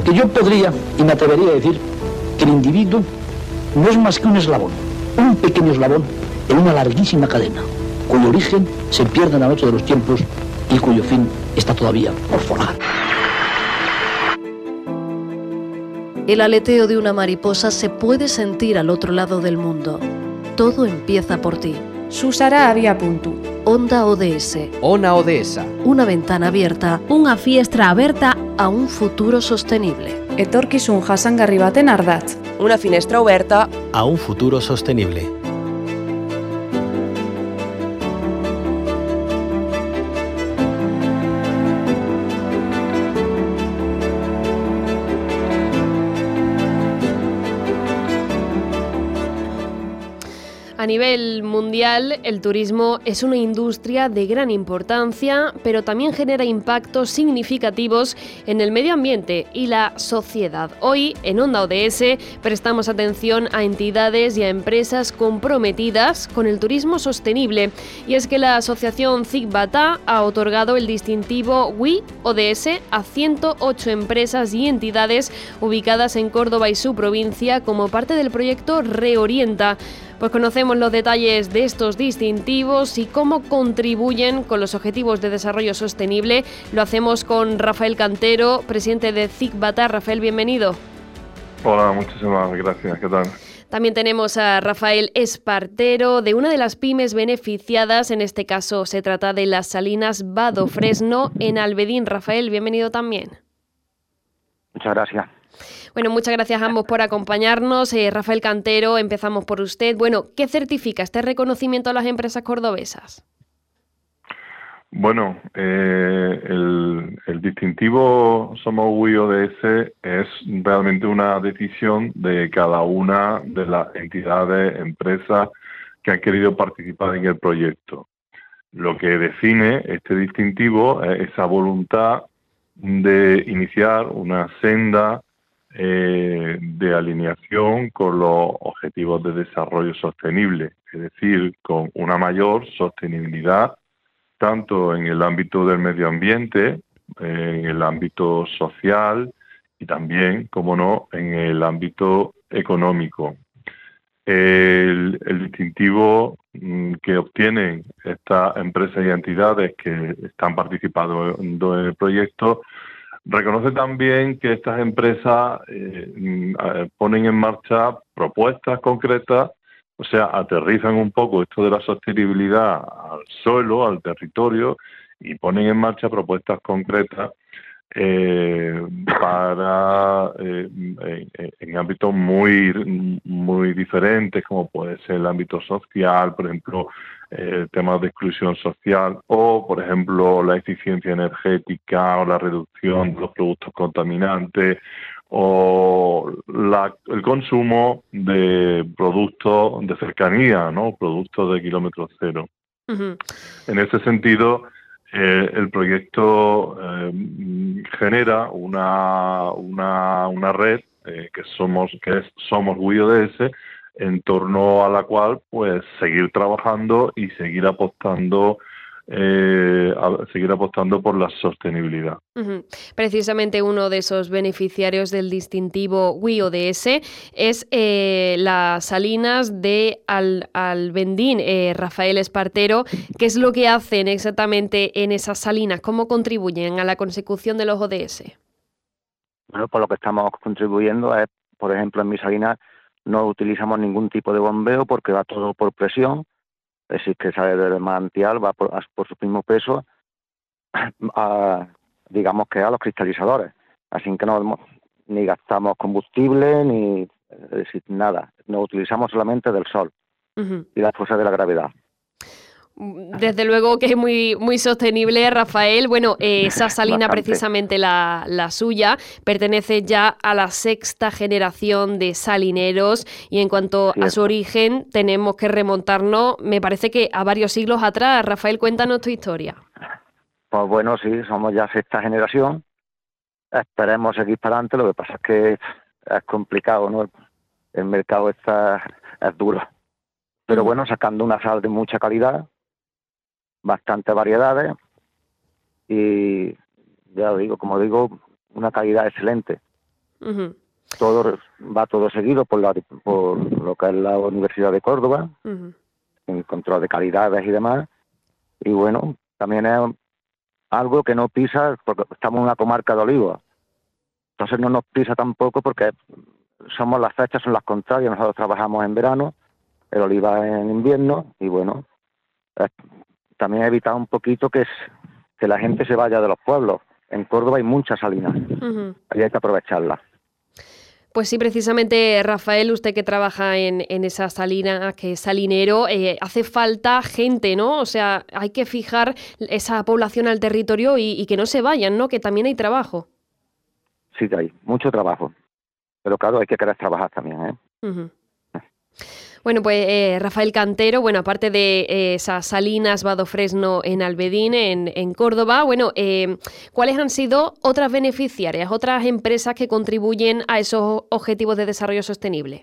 Porque yo podría y me atrevería a decir que el individuo no es más que un eslabón, un pequeño eslabón en una larguísima cadena, cuyo origen se pierde en la noche de los tiempos y cuyo fin está todavía por forjar. El aleteo de una mariposa se puede sentir al otro lado del mundo. Todo empieza por ti. Susara Abia.puntu. Onda ODS. Ona ODS. Una ventana abierta. Una fiestra aberta a un futuro sostenible. Etorkizun jasangarri baten ardatz. Una finestra oberta a un futuro sostenible. A nivel mundial, el turismo es una industria de gran importancia, pero también genera impactos significativos en el medio ambiente y la sociedad. Hoy, en Onda ODS, prestamos atención a entidades y a empresas comprometidas con el turismo sostenible. Y es que la asociación CIC-BATA ha otorgado el distintivo WE ODS a 108 empresas y entidades ubicadas en Córdoba y su provincia como parte del proyecto Reorienta. Pues conocemos los detalles de estos distintivos y cómo contribuyen con los objetivos de desarrollo sostenible. Lo hacemos con Rafael Cantero, presidente de CIC-BATA. Rafael, bienvenido. Hola, muchísimas gracias. ¿Qué tal? También tenemos a Rafael Espartero, de una de las pymes beneficiadas. En este caso se trata de las salinas Vado Fresno en Albedín. Rafael, bienvenido también. Muchas gracias. Bueno, muchas gracias a ambos por acompañarnos. Rafael Cantero, empezamos por usted. Bueno, ¿qué certifica este reconocimiento a las empresas cordobesas? Bueno, el distintivo Somos WE ODS es realmente una decisión de cada una de las entidades, empresas que han querido participar en el proyecto. Lo que define este distintivo es esa voluntad de iniciar una senda de alineación con los objetivos de desarrollo sostenible, es decir, con una mayor sostenibilidad tanto en el ámbito del medio ambiente, en el ámbito social y también, como no, en el ámbito económico. El distintivo que obtienen estas empresas y entidades que están participando en el proyecto reconoce también que estas empresas ponen en marcha propuestas concretas, o sea, aterrizan un poco esto de la sostenibilidad al suelo, al territorio, y ponen en marcha propuestas concretas para en ámbitos muy diferentes, como puede ser el ámbito social, por ejemplo, temas de exclusión social, o por ejemplo la eficiencia energética o la reducción de los productos contaminantes, o el consumo de productos de cercanía, ¿no? Productos de kilómetro cero. Uh-huh. En ese sentido, el proyecto genera una red que es Somos WE ODS, en torno a la cual pues seguir trabajando y seguir apostando por la sostenibilidad. Uh-huh. Precisamente uno de esos beneficiarios del distintivo WE ODS es las salinas de Albendín. Rafael Espartero, ¿qué es lo que hacen exactamente en esas salinas? ¿Cómo contribuyen a la consecución de los ODS? Bueno, pues lo que estamos contribuyendo es, por ejemplo, en mi salina no utilizamos ningún tipo de bombeo porque va todo por presión, es decir, que sale del manantial, va por su mismo peso, digamos que a los cristalizadores. Así que no ni gastamos combustible, ni es decir, nada. Nos utilizamos solamente del sol uh-huh. y la fuerza de la gravedad. Desde luego que es muy sostenible, Rafael. Bueno, esa salina precisamente la suya pertenece ya a la 6ª generación de salineros, y en cuanto a su origen tenemos que remontarnos, me parece que a varios siglos atrás. Rafael, cuéntanos tu historia. Pues bueno, sí, somos ya 6ª generación. Esperemos seguir para adelante. Lo que pasa es que es complicado, ¿no? El mercado es duro. Pero bueno, sacando una sal de mucha calidad, bastantes variedades y, ya lo digo, como digo, una calidad excelente. Ujú. Todo seguido por lo que es la Universidad de Córdoba, Ujú. en control de calidades y demás. Y bueno, también es algo que no pisa, porque estamos en una comarca de olivos. Entonces no nos pisa tampoco porque las fechas son las contrarias. Nosotros trabajamos en verano, el olivar en invierno, y bueno, también evitar un poquito que la gente se vaya de los pueblos. En Córdoba hay muchas salinas, Ujú. ahí hay que aprovecharlas. Pues sí, precisamente, Rafael, usted que trabaja en esa salina, que es salinero, hace falta gente, ¿no? O sea, hay que fijar esa población al territorio y que no se vayan, ¿no? Que también hay trabajo. Sí que hay mucho trabajo, pero claro, hay que querer trabajar también, ¿eh? Ujú. Bueno, pues Rafael Cantero, bueno, aparte de esas salinas Badofresno en Albedín, en Córdoba, bueno, ¿cuáles han sido otras beneficiarias, otras empresas que contribuyen a esos objetivos de desarrollo sostenible?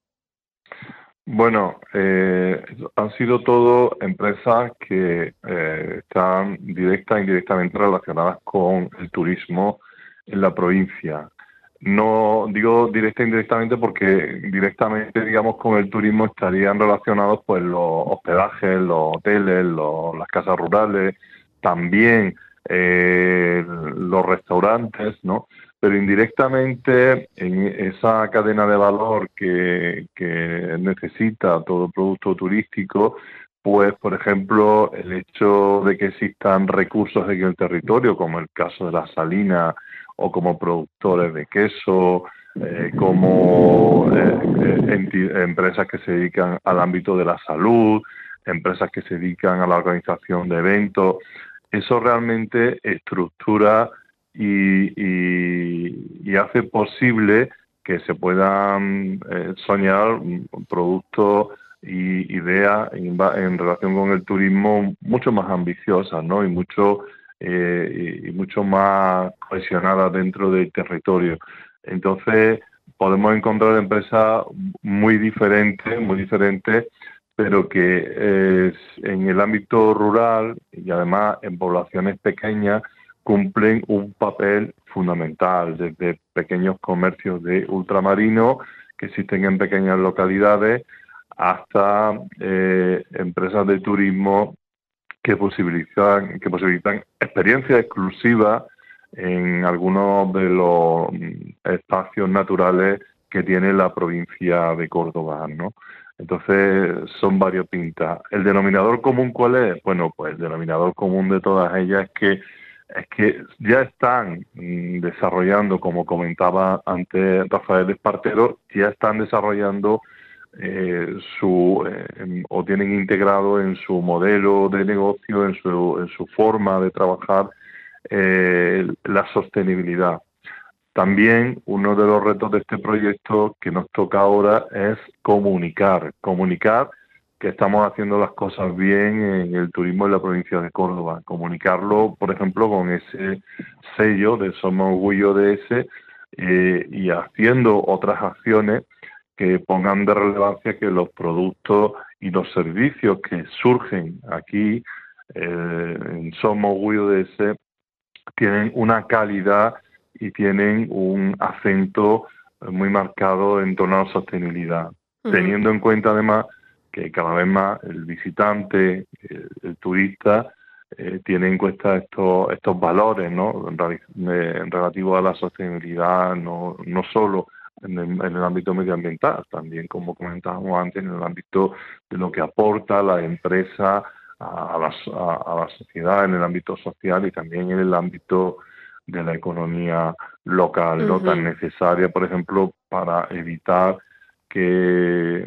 Bueno, han sido todo empresas que están directa e indirectamente relacionadas con el turismo en la provincia. No digo directa e indirectamente porque directamente, digamos, con el turismo estarían relacionados pues los hospedajes, los hoteles, las casas rurales, también los restaurantes, ¿no? Pero indirectamente en esa cadena de valor que necesita todo producto turístico, pues, por ejemplo, el hecho de que existan recursos en el territorio, como el caso de las salinas, o como productores de queso, como empresas que se dedican al ámbito de la salud, empresas que se dedican a la organización de eventos. Eso realmente estructura y hace posible que se puedan soñar productos y ideas en relación con el turismo mucho más ambiciosas, ¿no? Y mucho más cohesionadas dentro del territorio. Entonces podemos encontrar empresas muy diferentes, pero que en el ámbito rural y además en poblaciones pequeñas cumplen un papel fundamental, desde pequeños comercios de ultramarinos que existen en pequeñas localidades hasta empresas de turismo que posibilitan experiencias exclusivas en algunos de los espacios naturales que tiene la provincia de Córdoba, ¿no? Entonces son variopintas. ¿El denominador común cuál es? Bueno, pues el denominador común de todas ellas es que ya están desarrollando, como comentaba antes Rafael Espartero, ya están desarrollando o tienen integrado en su modelo de negocio, en su forma de trabajar, la sostenibilidad. También uno de los retos de este proyecto que nos toca ahora es comunicar que estamos haciendo las cosas bien en el turismo en la provincia de Córdoba. Comunicarlo, por ejemplo, con ese sello de Somos Orgullo de ese, y haciendo otras acciones que pongan de relevancia que los productos y los servicios que surgen aquí en Somos Orgullo de ese tienen una calidad y tienen un acento muy marcado en torno a la sostenibilidad, teniendo en cuenta además que cada vez más el visitante, el turista, tiene en cuenta estos valores, ¿no? Relativos a la sostenibilidad, no solo en el ámbito medioambiental, también, como comentábamos antes, en el ámbito de lo que aporta la empresa a la sociedad, en el ámbito social y también en el ámbito de la economía local, ¿no? Tan necesaria, por ejemplo, para evitar que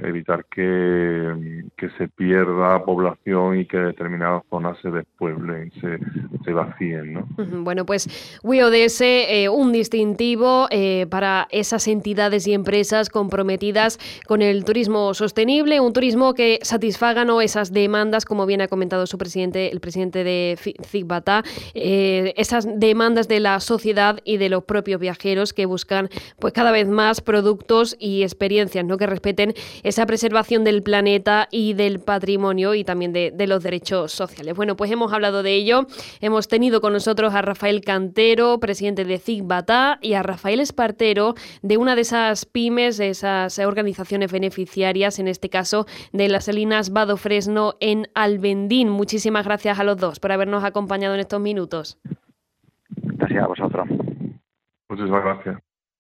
se pierda población y que determinadas zonas se despueblen, se vacíen, ¿no? Bueno, pues WIODS, un distintivo para esas entidades y empresas comprometidas con el turismo sostenible, un turismo que satisfaga, ¿no?, esas demandas, como bien ha comentado su presidente, el presidente de CICBATA, esas demandas de la sociedad y de los propios viajeros que buscan, pues, cada vez más productos y experiencias, ¿no?, ¿no? Que respeten esa preservación del planeta y del patrimonio y también de los derechos sociales. Bueno, pues hemos hablado de ello. Hemos tenido con nosotros a Rafael Cantero, presidente de CIC-BATA, y a Rafael Espartero, de una de esas pymes, de esas organizaciones beneficiarias, en este caso de las Salinas Badofresno en Albendín. Muchísimas gracias a los dos por habernos acompañado en estos minutos. Gracias a vosotros. Muchísimas gracias.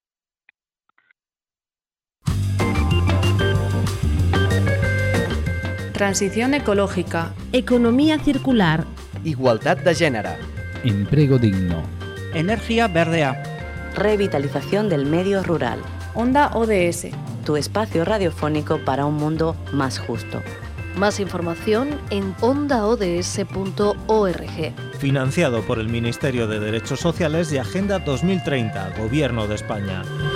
Transición ecológica. Economía circular. Igualdad de gènere. Empleo digno. Energía verdea. Revitalización del medio rural. Onda ODS. Tu espacio radiofónico para un mundo más justo. Más información en ondaods.org. Financiado por el Ministerio de Derechos Sociales y Agenda 2030, Gobierno de España.